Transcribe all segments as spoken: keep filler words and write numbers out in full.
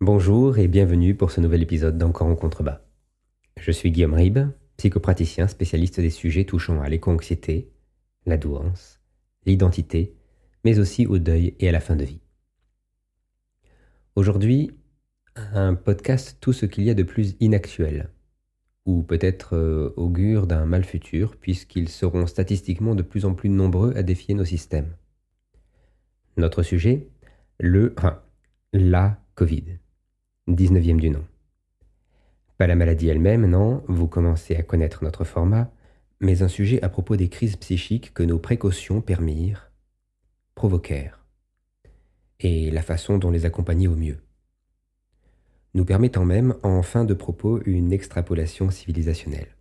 Bonjour et bienvenue pour ce nouvel épisode d'Encore en contrebas. Je suis Guillaume Ribes, psychopraticien spécialiste des sujets touchant à l'éco-anxiété, la douance, l'identité, mais aussi au deuil et à la fin de vie. Aujourd'hui, un podcast tout ce qu'il y a de plus inactuel, ou peut-être euh, augure d'un mal futur, puisqu'ils seront statistiquement de plus en plus nombreux à défier nos systèmes. Notre sujet, le, enfin, la Covid, dix-neuvième du nom. Pas la maladie elle-même, non, vous commencez à connaître notre format, mais un sujet à propos des crises psychiques que nos précautions permirent, provoquèrent, et la façon dont les accompagner au mieux. Nous permettant même, en fin de propos, une extrapolation civilisationnelle.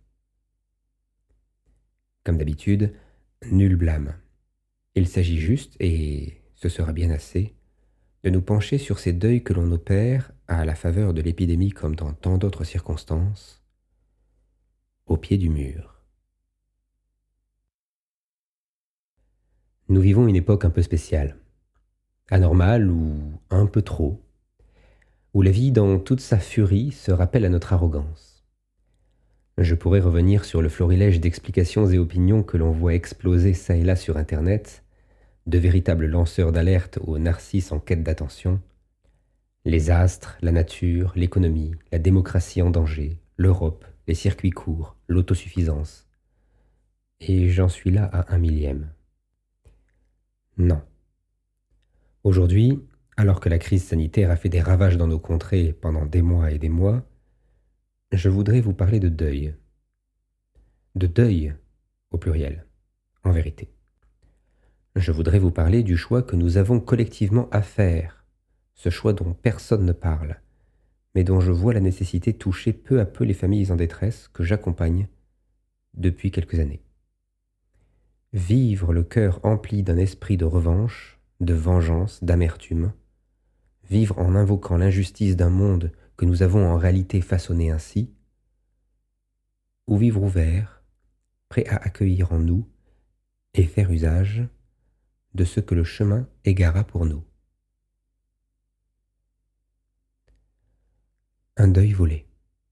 Comme d'habitude, nul blâme. Il s'agit juste, et ce sera bien assez, de nous pencher sur ces deuils que l'on opère à la faveur de l'épidémie comme dans tant d'autres circonstances, au pied du mur. Nous vivons une époque un peu spéciale, anormale ou un peu trop, où la vie dans toute sa furie se rappelle à notre arrogance. Je pourrais revenir sur le florilège d'explications et opinions que l'on voit exploser çà et là sur Internet, de véritables lanceurs d'alerte aux narcisses en quête d'attention, les astres, la nature, l'économie, la démocratie en danger, l'Europe, les circuits courts, l'autosuffisance. Et j'en suis là à un millième. Non. Aujourd'hui, alors que la crise sanitaire a fait des ravages dans nos contrées pendant des mois et des mois, je voudrais vous parler de deuil. De deuil, au pluriel, en vérité. Je voudrais vous parler du choix que nous avons collectivement à faire, ce choix dont personne ne parle, mais dont je vois la nécessité toucher peu à peu les familles en détresse que j'accompagne depuis quelques années. Vivre le cœur empli d'un esprit de revanche, de vengeance, d'amertume, vivre en invoquant l'injustice d'un monde que nous avons en réalité façonné ainsi, ou vivre ouvert, prêt à accueillir en nous et faire usage de ce que le chemin égara pour nous. Un deuil volé.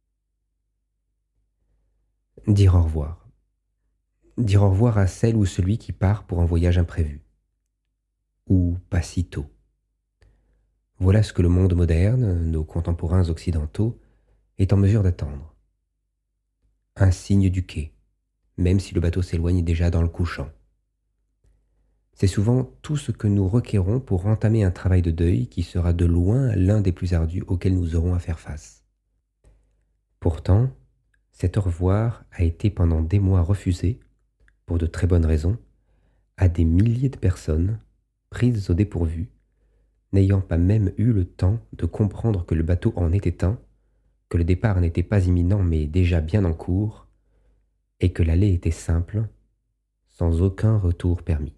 Dire au revoir. Dire au revoir à celle ou celui qui part pour un voyage imprévu. Ou pas si tôt. Voilà ce que le monde moderne, nos contemporains occidentaux, est en mesure d'attendre. Un signe du quai, même si le bateau s'éloigne déjà dans le couchant. C'est souvent tout ce que nous requérons pour entamer un travail de deuil qui sera de loin l'un des plus ardus auxquels nous aurons à faire face. Pourtant, cet au revoir a été pendant des mois refusé, pour de très bonnes raisons, à des milliers de personnes prises au dépourvu, n'ayant pas même eu le temps de comprendre que le bateau en était un, que le départ n'était pas imminent mais déjà bien en cours, et que l'aller était simple, sans aucun retour permis.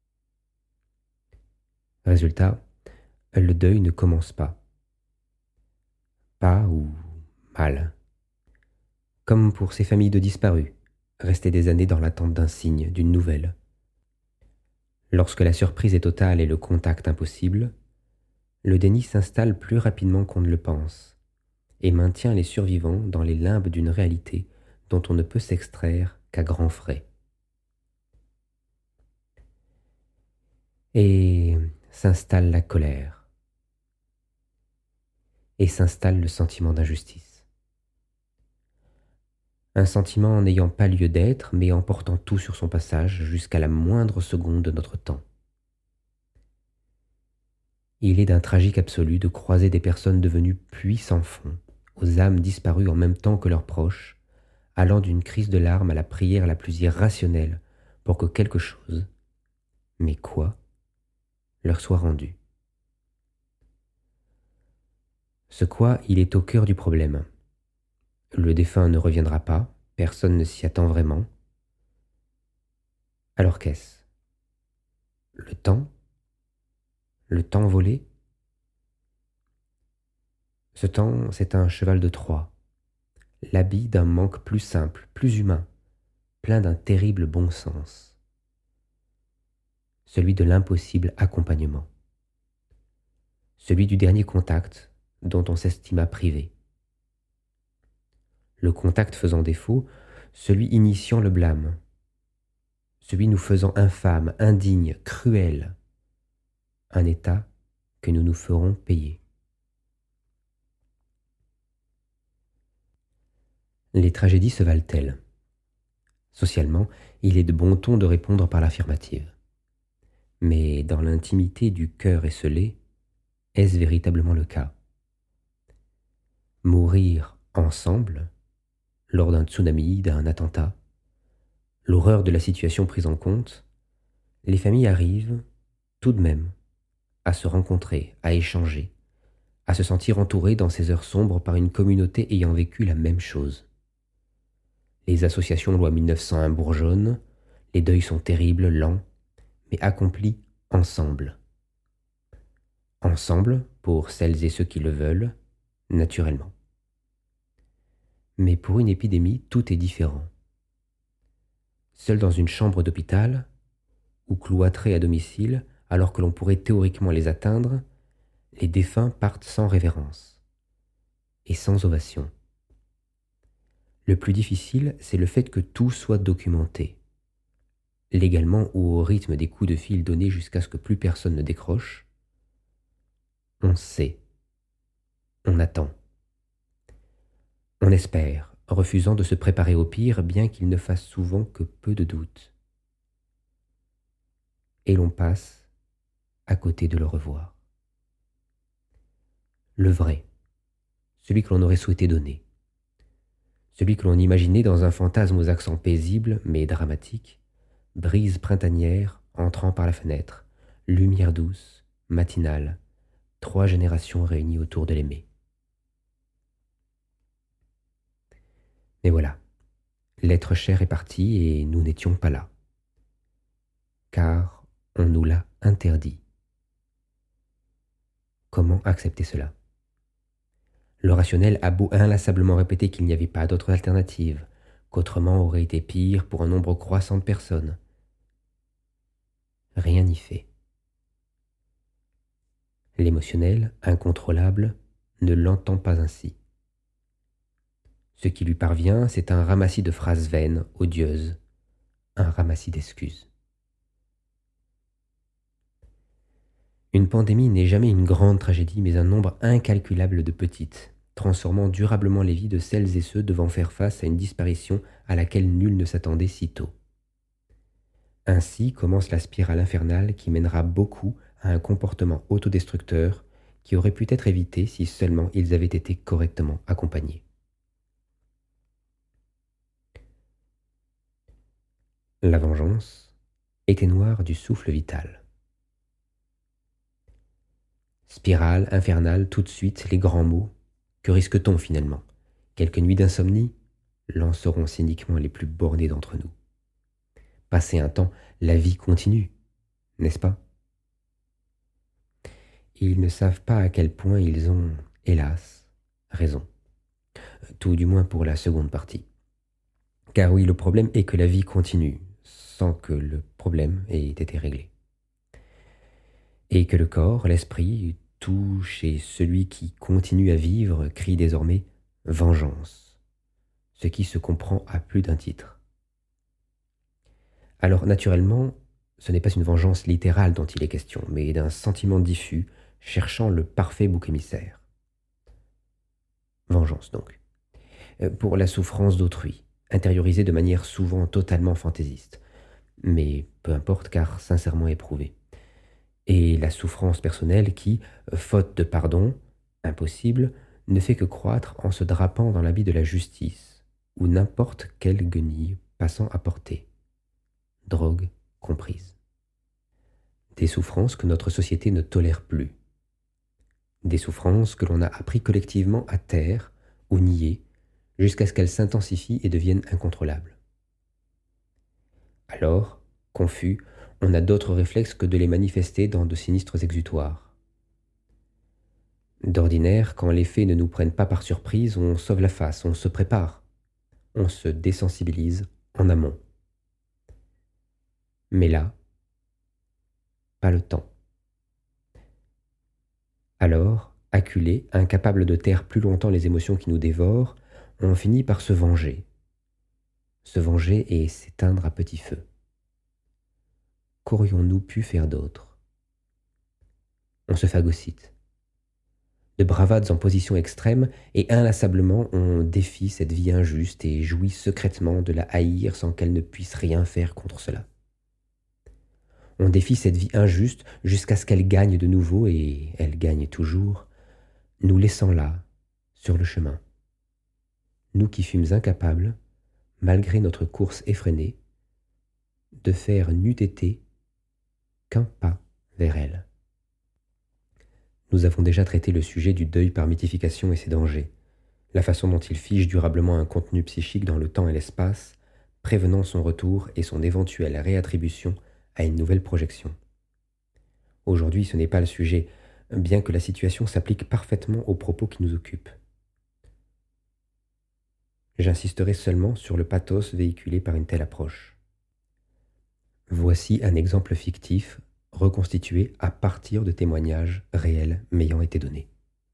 Résultat, le deuil ne commence pas. Pas ou mal. Comme pour ces familles de disparus, restées des années dans l'attente d'un signe, d'une nouvelle. Lorsque la surprise est totale et le contact impossible, le déni s'installe plus rapidement qu'on ne le pense et maintient les survivants dans les limbes d'une réalité dont on ne peut s'extraire qu'à grands frais. Et s'installe la colère. Et s'installe le sentiment d'injustice. Un sentiment n'ayant pas lieu d'être, mais emportant tout sur son passage jusqu'à la moindre seconde de notre temps. Il est d'un tragique absolu de croiser des personnes devenues puits sans fond, aux âmes disparues en même temps que leurs proches, allant d'une crise de larmes à la prière la plus irrationnelle pour que quelque chose, mais quoi, leur soit rendu. Ce quoi, il est au cœur du problème. Le défunt ne reviendra pas, personne ne s'y attend vraiment. Alors qu'est-ce ? Le temps ? Le temps volé ? Ce temps, c'est un cheval de Troie, l'habit d'un manque plus simple, plus humain, plein d'un terrible bon sens, celui de l'impossible accompagnement, celui du dernier contact dont on s'estima privé. Le contact faisant défaut, celui initiant le blâme, celui nous faisant infâmes, indignes, cruels, un état que nous nous ferons payer. Les tragédies se valent-elles? Socialement, il est de bon ton de répondre par l'affirmative. Mais dans l'intimité du cœur esselé, est-ce véritablement le cas? Mourir ensemble, lors d'un tsunami, d'un attentat, l'horreur de la situation prise en compte, les familles arrivent, tout de même, à se rencontrer, à échanger, à se sentir entourées dans ces heures sombres par une communauté ayant vécu la même chose. Les associations loi mille neuf cent un bourgeonnent, les deuils sont terribles, lents, mais accomplis ensemble. Ensemble, pour celles et ceux qui le veulent, naturellement. Mais pour une épidémie, tout est différent. Seul dans une chambre d'hôpital, ou cloîtrés à domicile, alors que l'on pourrait théoriquement les atteindre, les défunts partent sans révérence et sans ovation. Le plus difficile, c'est le fait que tout soit documenté, légalement ou au rythme des coups de fil donnés jusqu'à ce que plus personne ne décroche. On sait, on attend, on espère, refusant de se préparer au pire, bien qu'il ne fasse souvent que peu de doutes. Et l'on passe à côté de le revoir. Le vrai, celui que l'on aurait souhaité donner, celui que l'on imaginait dans un fantasme aux accents paisibles mais dramatiques, brise printanière entrant par la fenêtre, lumière douce, matinale, trois générations réunies autour de l'aimé. Mais voilà, l'être cher est parti et nous n'étions pas là, car on nous l'a interdit. Comment accepter cela? Le rationnel a beau inlassablement répéter qu'il n'y avait pas d'autre alternative, qu'autrement aurait été pire pour un nombre croissant de personnes. Rien n'y fait. L'émotionnel, incontrôlable, ne l'entend pas ainsi. Ce qui lui parvient, c'est un ramassis de phrases vaines, odieuses, un ramassis d'excuses. Une pandémie n'est jamais une grande tragédie, mais un nombre incalculable de petites, transformant durablement les vies de celles et ceux devant faire face à une disparition à laquelle nul ne s'attendait si tôt. Ainsi commence la spirale infernale qui mènera beaucoup à un comportement autodestructeur qui aurait pu être évité si seulement ils avaient été correctement accompagnés. La vengeance, éteignoir du souffle vital. Spirale, infernale, tout de suite, les grands mots. Que risque-t-on finalement? Quelques nuits d'insomnie lanceront cyniquement les plus bornés d'entre nous. Passé un temps, la vie continue, n'est-ce pas? Ils ne savent pas à quel point ils ont, hélas, raison. Tout du moins pour la seconde partie. Car oui, le problème est que la vie continue, sans que le problème ait été réglé. Et que le corps, l'esprit, tout chez celui qui continue à vivre crie désormais « vengeance », ce qui se comprend à plus d'un titre. Alors naturellement, ce n'est pas une vengeance littérale dont il est question, mais d'un sentiment diffus cherchant le parfait bouc émissaire. Vengeance donc. Pour la souffrance d'autrui, intériorisée de manière souvent totalement fantaisiste, mais peu importe car sincèrement éprouvée. Et la souffrance personnelle qui, faute de pardon, impossible, ne fait que croître en se drapant dans l'habit de la justice, ou n'importe quelle guenille passant à portée, drogue comprise. Des souffrances que notre société ne tolère plus. Des souffrances que l'on a appris collectivement à taire ou nier jusqu'à ce qu'elles s'intensifient et deviennent incontrôlables. Alors, confus, on n'a d'autre réflexe que de les manifester dans de sinistres exutoires. D'ordinaire, quand les faits ne nous prennent pas par surprise, on sauve la face, on se prépare, on se désensibilise en amont. Mais là, pas le temps. Alors, Acculés, incapables de taire plus longtemps les émotions qui nous dévorent, on finit par se venger. Se venger et s'éteindre à petit feu. Qu'aurions-nous pu faire d'autre? On se phagocyte. De bravades en position extrême, et inlassablement on défie cette vie injuste et jouit secrètement de la haïr sans qu'elle ne puisse rien faire contre cela. On défie cette vie injuste jusqu'à ce qu'elle gagne de nouveau, et elle gagne toujours, nous laissant là, sur le chemin. Nous qui fûmes incapables, malgré notre course effrénée, de faire n'eût été qu'un pas vers elle. Nous avons déjà traité le sujet du deuil par mythification et ses dangers, la façon dont il fige durablement un contenu psychique dans le temps et l'espace, prévenant son retour et son éventuelle réattribution à une nouvelle projection. Aujourd'hui, ce n'est pas le sujet, bien que la situation s'applique parfaitement aux propos qui nous occupent. J'insisterai seulement sur le pathos véhiculé par une telle approche. Voici un exemple fictif reconstitué à partir de témoignages réels m'ayant été donnés.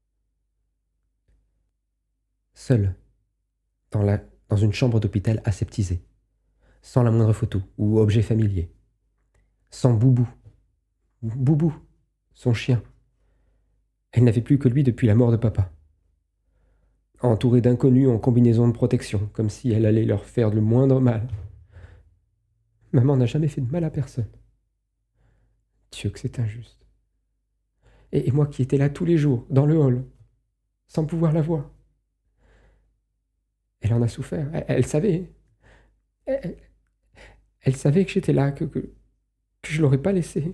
Seul, dans, la, dans une chambre d'hôpital aseptisée, sans la moindre photo ou objet familier, sans Boubou, Boubou, son chien. Elle n'avait plus que lui depuis la mort de papa. Entourée d'inconnus en combinaison de protection, comme si elle allait leur faire le moindre mal. Maman n'a jamais fait de mal à personne. Dieu que c'est injuste. Et, et moi qui étais là tous les jours, dans le hall, sans pouvoir la voir. Elle en a souffert, elle, elle savait. Elle, elle, elle savait que j'étais là, que, que, que je ne l'aurais pas laissée.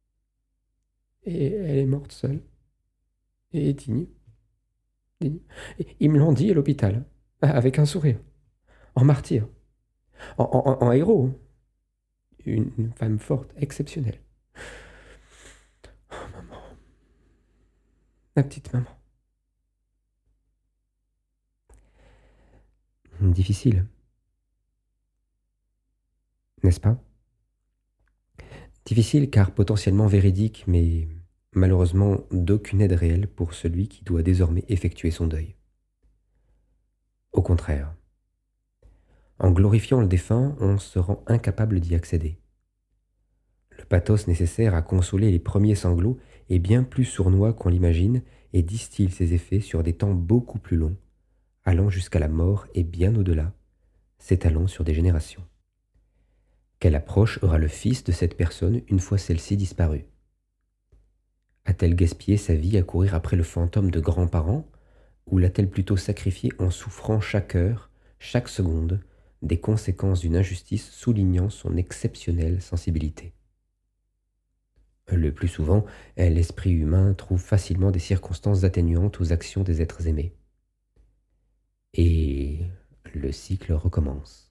Et elle est morte seule. Et digne. digne. Et ils me l'ont dit à l'hôpital, avec un sourire, en martyr, en, en, en héros. Une, une femme forte, exceptionnelle. Oh, maman. Ma petite maman. Difficile. N'est-ce pas? Difficile car potentiellement véridique, mais malheureusement d'aucune aide réelle pour celui qui doit désormais effectuer son deuil. Au contraire, en glorifiant le défunt, on se rend incapable d'y accéder. Le pathos nécessaire à consoler les premiers sanglots est bien plus sournois qu'on l'imagine et distille ses effets sur des temps beaucoup plus longs, allant jusqu'à la mort et bien au-delà, s'étalant sur des générations. Quelle approche aura le fils de cette personne une fois celle-ci disparue? A-t-elle gaspillé sa vie à courir après le fantôme de grands-parents, ou l'a-t-elle plutôt sacrifié en souffrant chaque heure, chaque seconde, des conséquences d'une injustice soulignant son exceptionnelle sensibilité? Le plus souvent, l'esprit humain trouve facilement des circonstances atténuantes aux actions des êtres aimés. Et le cycle recommence.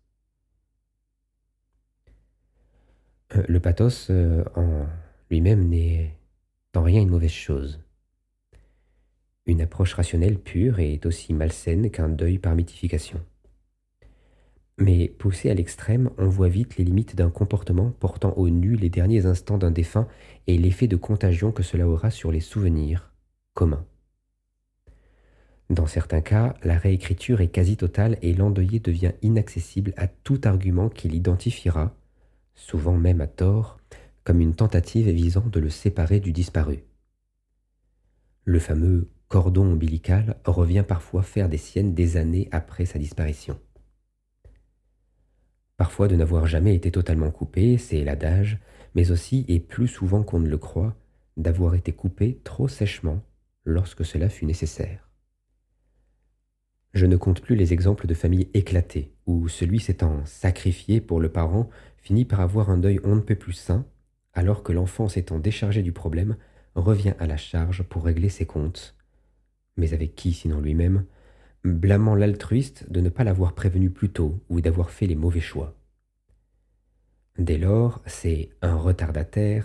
Le pathos euh, en lui-même n'est en rien une mauvaise chose. Une approche rationnelle pure est aussi malsaine qu'un deuil par mythification. Mais poussé à l'extrême, on voit vite les limites d'un comportement portant au nu les derniers instants d'un défunt et l'effet de contagion que cela aura sur les souvenirs communs. Dans certains cas, la réécriture est quasi totale et l'endeuillé devient inaccessible à tout argument qui l'identifiera, souvent même à tort, comme une tentative visant de le séparer du disparu. Le fameux cordon ombilical revient parfois faire des siennes des années après sa disparition. Parfois de n'avoir jamais été totalement coupé, c'est l'adage, mais aussi, et plus souvent qu'on ne le croit, d'avoir été coupé trop sèchement lorsque cela fut nécessaire. Je ne compte plus les exemples de familles éclatées, où celui s'étant sacrifié pour le parent finit par avoir un deuil on ne peut plus sain, alors que l'enfant s'étant déchargé du problème revient à la charge pour régler ses comptes. Mais avec qui sinon lui-même, blâmant l'altruiste de ne pas l'avoir prévenu plus tôt ou d'avoir fait les mauvais choix. Dès lors, ces « un retardataire »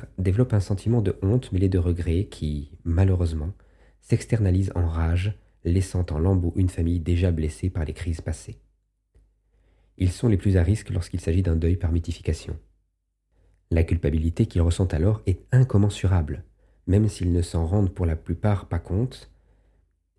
développent un sentiment de honte mêlé de regret qui, malheureusement, s'externalise en rage, laissant en lambeaux une famille déjà blessée par les crises passées. Ils sont les plus à risque lorsqu'il s'agit d'un deuil par mythification. La culpabilité qu'ils ressentent alors est incommensurable, même s'ils ne s'en rendent pour la plupart pas compte,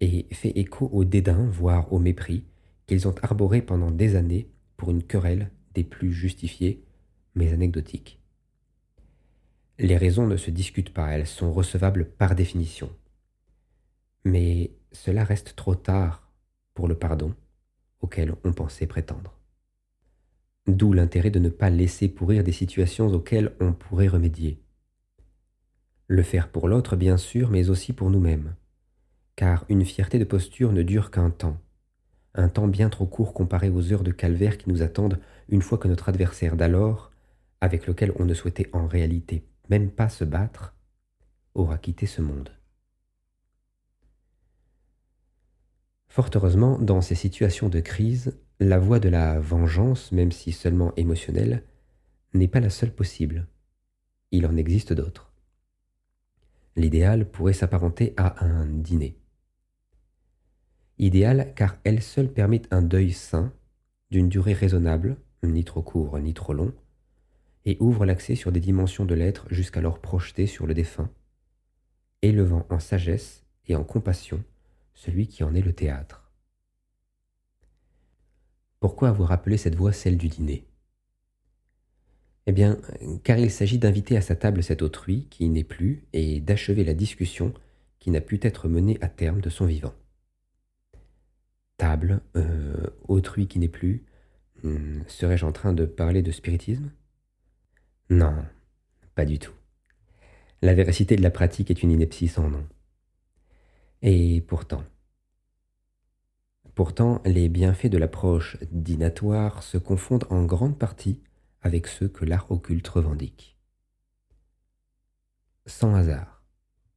et fait écho au dédain, voire au mépris, qu'ils ont arboré pendant des années pour une querelle des plus justifiées, mais anecdotiques. Les raisons ne se discutent pas, elles sont recevables par définition. Mais cela reste trop tard pour le pardon auquel on pensait prétendre. D'où l'intérêt de ne pas laisser pourrir des situations auxquelles on pourrait remédier. Le faire pour l'autre, bien sûr, mais aussi pour nous-mêmes, car une fierté de posture ne dure qu'un temps, un temps bien trop court comparé aux heures de calvaire qui nous attendent une fois que notre adversaire d'alors, avec lequel on ne souhaitait en réalité même pas se battre, aura quitté ce monde. Fort heureusement, dans ces situations de crise, la voie de la vengeance, même si seulement émotionnelle, n'est pas la seule possible. Il en existe d'autres. L'idéal pourrait s'apparenter à un dîner. Idéal car elle seule permet un deuil sain, d'une durée raisonnable, ni trop court ni trop long, et ouvre l'accès sur des dimensions de l'être jusqu'alors projetées sur le défunt, élevant en sagesse et en compassion celui qui en est le théâtre. Pourquoi avoir appelé cette voie celle du dîner ? Eh bien, car il s'agit d'inviter à sa table cet autrui qui n'est plus et d'achever la discussion qui n'a pu être menée à terme de son vivant. Table, euh, autrui qui n'est plus, hmm, serais-je en train de parler de spiritisme ? Non, pas du tout. La véracité de la pratique est une ineptie sans nom. Et pourtant, pourtant, les bienfaits de l'approche dînatoire se confondent en grande partie avec ceux que l'art occulte revendique. Sans hasard.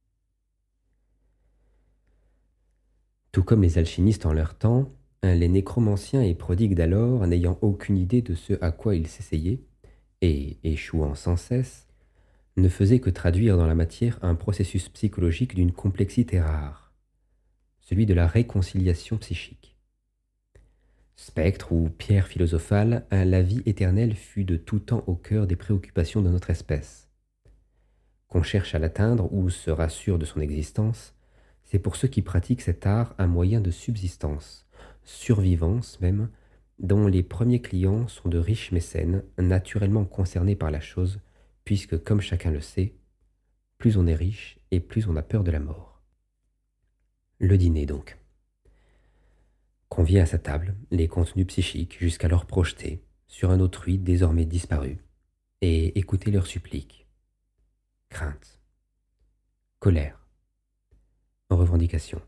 Tout comme les alchimistes en leur temps, les nécromanciens et prodigues d'alors, n'ayant aucune idée de ce à quoi ils s'essayaient, et échouant sans cesse, ne faisaient que traduire dans la matière un processus psychologique d'une complexité rare, celui de la réconciliation psychique. Spectre ou pierre philosophale, la vie éternelle fut de tout temps au cœur des préoccupations de notre espèce. Qu'on cherche à l'atteindre ou se rassure de son existence, c'est pour ceux qui pratiquent cet art un moyen de subsistance, survivance même, dont les premiers clients sont de riches mécènes, naturellement concernés par la chose, puisque, comme chacun le sait, plus on est riche et plus on a peur de la mort. Le dîner donc. Convier à sa table les contenus psychiques jusqu'alors projetés sur un autrui désormais disparu, et écouter leurs suppliques, craintes, colère, revendications.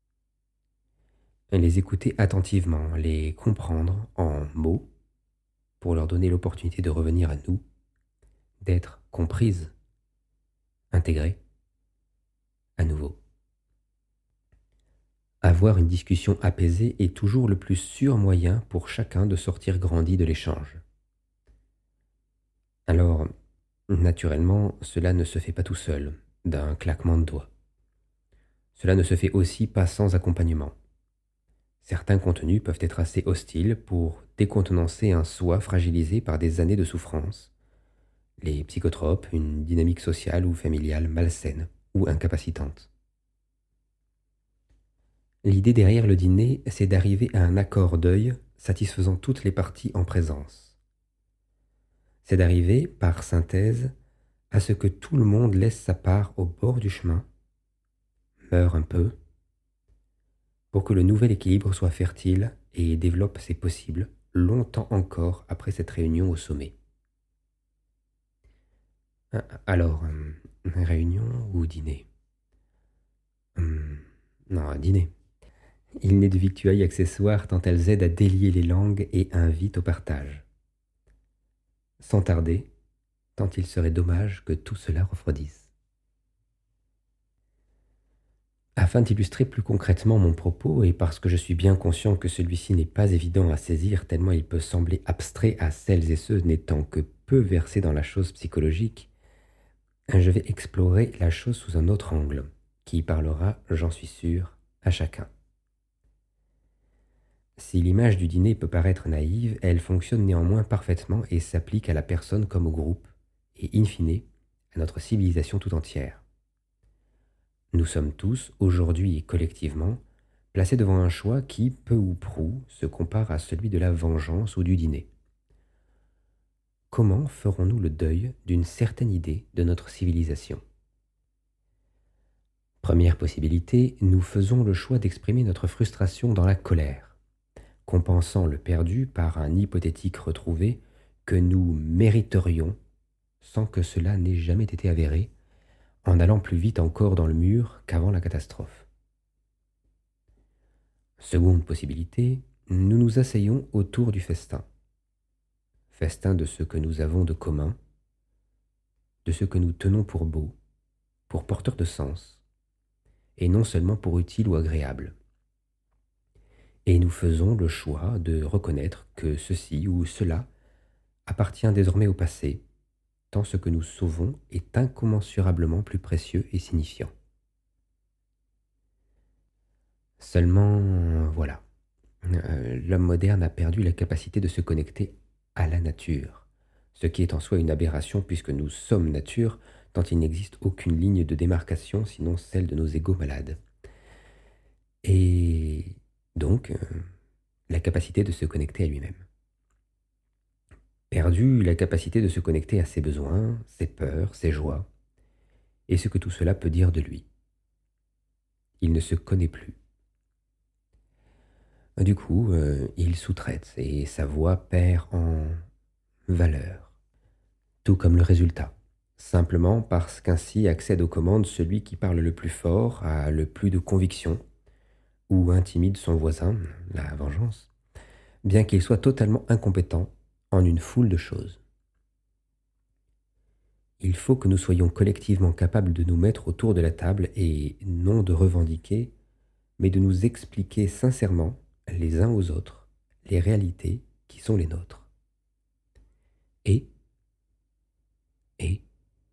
Les écouter attentivement, les comprendre en mots, pour leur donner l'opportunité de revenir à nous, d'être comprises, intégrées, à nouveau. Avoir une discussion apaisée est toujours le plus sûr moyen pour chacun de sortir grandi de l'échange. Alors, naturellement, cela ne se fait pas tout seul, d'un claquement de doigts. Cela ne se fait aussi pas sans accompagnement. Certains contenus peuvent être assez hostiles pour décontenancer un soi fragilisé par des années de souffrance. Les psychotropes, une dynamique sociale ou familiale malsaine ou incapacitante. L'idée derrière le dîner, c'est d'arriver à un accord deuil satisfaisant toutes les parties en présence. C'est d'arriver, par synthèse, à ce que tout le monde laisse sa part au bord du chemin, meure un peu, pour que le nouvel équilibre soit fertile et développe ses possibles longtemps encore après cette réunion au sommet. Alors, euh, réunion ou dîner hum, Non, dîner. Il n'est de victuailles accessoires tant elles aident à délier les langues et invitent au partage. Sans tarder, tant il serait dommage que tout cela refroidisse. Afin d'illustrer plus concrètement mon propos, et parce que je suis bien conscient que celui-ci n'est pas évident à saisir tellement il peut sembler abstrait à celles et ceux n'étant que peu versés dans la chose psychologique, je vais explorer la chose sous un autre angle, qui parlera, j'en suis sûr, à chacun. Si l'image du dîner peut paraître naïve, elle fonctionne néanmoins parfaitement et s'applique à la personne comme au groupe, et in fine, à notre civilisation tout entière. Nous sommes tous, aujourd'hui et collectivement, placés devant un choix qui, peu ou prou, se compare à celui de la vengeance ou du dîner. Comment ferons-nous le deuil d'une certaine idée de notre civilisation? Première possibilité, nous faisons le choix d'exprimer notre frustration dans la colère, compensant le perdu par un hypothétique retrouvé que nous mériterions sans que cela n'ait jamais été avéré, en allant plus vite encore dans le mur qu'avant la catastrophe. Seconde possibilité, nous nous asseyons autour du festin. Festin de ce que nous avons de commun, de ce que nous tenons pour beau, pour porteur de sens, et non seulement pour utile ou agréable. Et nous faisons le choix de reconnaître que ceci ou cela appartient désormais au passé, tant ce que nous sauvons est incommensurablement plus précieux et signifiant. Seulement, voilà, euh, l'homme moderne a perdu la capacité de se connecter à la nature, ce qui est en soi une aberration puisque nous sommes nature, tant il n'existe aucune ligne de démarcation sinon celle de nos égaux malades. Et donc, euh, la capacité de se connecter à lui-même. Perdu la capacité de se connecter à ses besoins, ses peurs, ses joies, et ce que tout cela peut dire de lui. Il ne se connaît plus. Du coup, euh, il sous-traite et sa voix perd en valeur, tout comme le résultat, simplement parce qu'ainsi accède aux commandes celui qui parle le plus fort, a le plus de conviction, ou intimide son voisin, la vengeance, bien qu'il soit totalement incompétent en une foule de choses. Il faut que nous soyons collectivement capables de nous mettre autour de la table et non de revendiquer, mais de nous expliquer sincèrement, les uns aux autres, les réalités qui sont les nôtres. Et, et,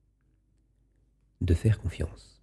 de faire confiance.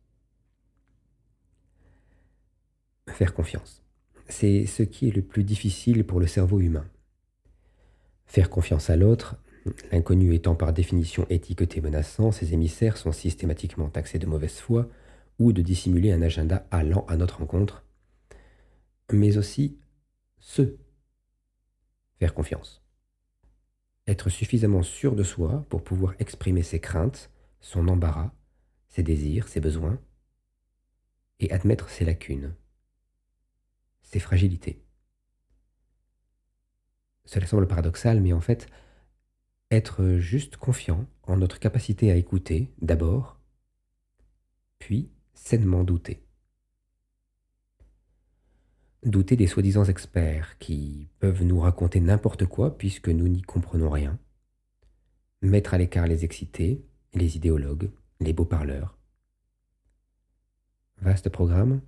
Faire confiance, c'est ce qui est le plus difficile pour le cerveau humain. Faire confiance à l'autre, l'inconnu étant par définition étiqueté menaçant, ses émissaires sont systématiquement taxés de mauvaise foi ou de dissimuler un agenda allant à notre rencontre, mais aussi se faire confiance. Être suffisamment sûr de soi pour pouvoir exprimer ses craintes, son embarras, ses désirs, ses besoins, et admettre ses lacunes, ses fragilités. Cela semble paradoxal, mais en fait, être juste confiant en notre capacité à écouter, d'abord, puis sainement douter. Douter des soi-disant experts qui peuvent nous raconter n'importe quoi puisque nous n'y comprenons rien. Mettre à l'écart les excités, les idéologues, les beaux parleurs. Vaste programme?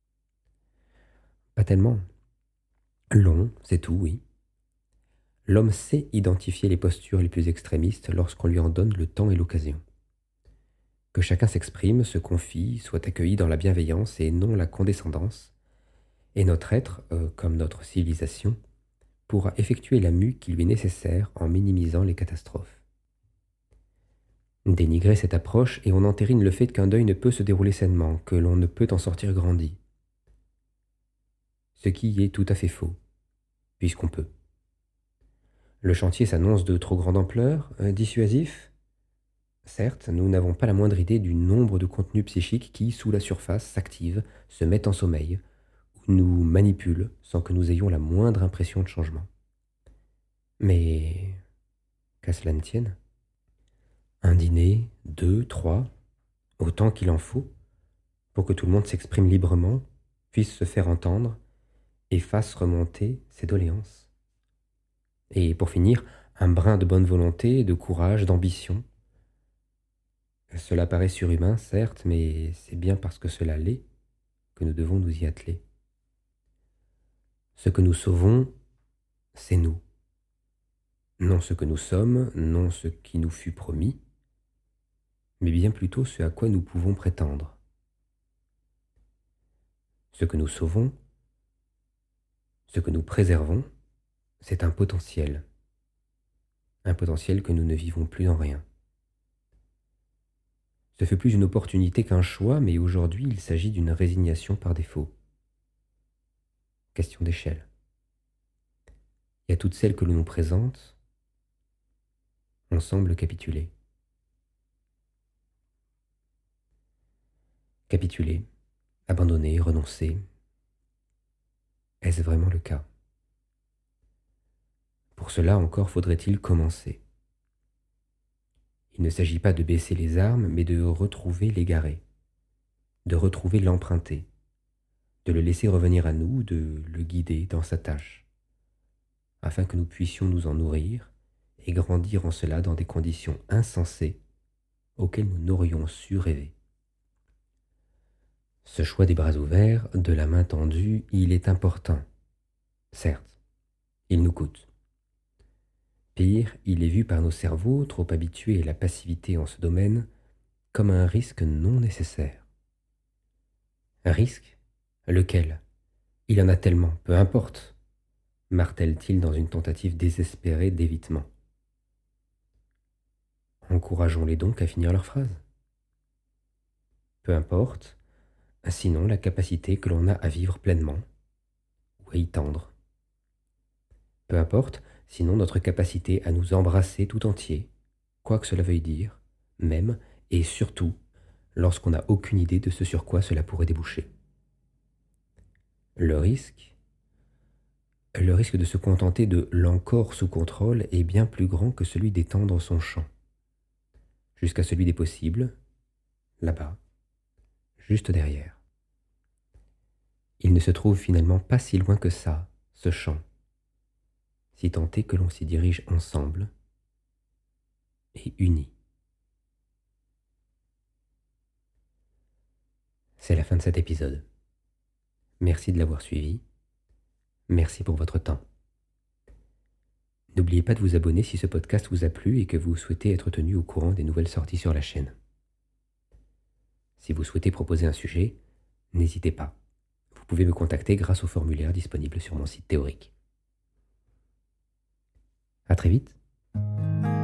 Pas tellement. Long, c'est tout, oui. L'homme sait identifier les postures les plus extrémistes lorsqu'on lui en donne le temps et l'occasion. Que chacun s'exprime, se confie, soit accueilli dans la bienveillance et non la condescendance, et notre être, euh, comme notre civilisation, pourra effectuer la mue qui lui est nécessaire en minimisant les catastrophes. Dénigrer cette approche et on entérine le fait qu'un deuil ne peut se dérouler sainement, que l'on ne peut en sortir grandi. Ce qui est tout à fait faux, puisqu'on peut. Le chantier s'annonce de trop grande ampleur, euh, dissuasif. Certes, nous n'avons pas la moindre idée du nombre de contenus psychiques qui, sous la surface, s'activent, se mettent en sommeil, ou nous manipulent sans que nous ayons la moindre impression de changement. Mais qu'à cela ne tienne, un dîner, deux, trois, autant qu'il en faut, pour que tout le monde s'exprime librement, puisse se faire entendre et fasse remonter ses doléances. Et pour finir, un brin de bonne volonté, de courage, d'ambition. Cela paraît surhumain, certes, mais c'est bien parce que cela l'est que nous devons nous y atteler. Ce que nous sauvons, c'est nous. Non ce que nous sommes, non ce qui nous fut promis, mais bien plutôt ce à quoi nous pouvons prétendre. Ce que nous sauvons, ce que nous préservons, c'est un potentiel. Un potentiel que nous ne vivons plus en rien. Ce fut plus une opportunité qu'un choix, mais aujourd'hui il s'agit d'une résignation par défaut. question d'échelle. Et à toutes celles que l'on nous présente, on semble capituler. Capituler, abandonner, renoncer, est-ce vraiment le cas? Pour cela encore faudrait-il commencer. Il ne s'agit pas de baisser les armes, mais de retrouver l'égaré, de retrouver l'emprunté, de le laisser revenir à nous, de le guider dans sa tâche, afin que nous puissions nous en nourrir et grandir en cela dans des conditions insensées auxquelles nous n'aurions su rêver. Ce choix des bras ouverts, de la main tendue, il est important. Certes, il nous coûte. Pire, il est vu par nos cerveaux, trop habitués à la passivité en ce domaine, comme un risque non nécessaire. Un risque? Lequel? Il y en a tellement, peu importe, martèle-t-il dans une tentative désespérée d'évitement. Encourageons-les donc à finir leur phrase. Peu importe, sinon la capacité que l'on a à vivre pleinement ou à y tendre. Peu importe, sinon notre capacité à nous embrasser tout entier, quoi que cela veuille dire, même et surtout lorsqu'on n'a aucune idée de ce sur quoi cela pourrait déboucher. Le risque, le risque de se contenter de l'encore sous contrôle est bien plus grand que celui d'étendre son champ, jusqu'à celui des possibles, là-bas, juste derrière. Il ne se trouve finalement pas si loin que ça, ce champ, si tant est que l'on s'y dirige ensemble et unis. C'est la fin de cet épisode. Merci de l'avoir suivi. Merci pour votre temps. N'oubliez pas de vous abonner si ce podcast vous a plu et que vous souhaitez être tenu au courant des nouvelles sorties sur la chaîne. Si vous souhaitez proposer un sujet, n'hésitez pas. Vous pouvez me contacter grâce au formulaire disponible sur mon site théorique. À très vite.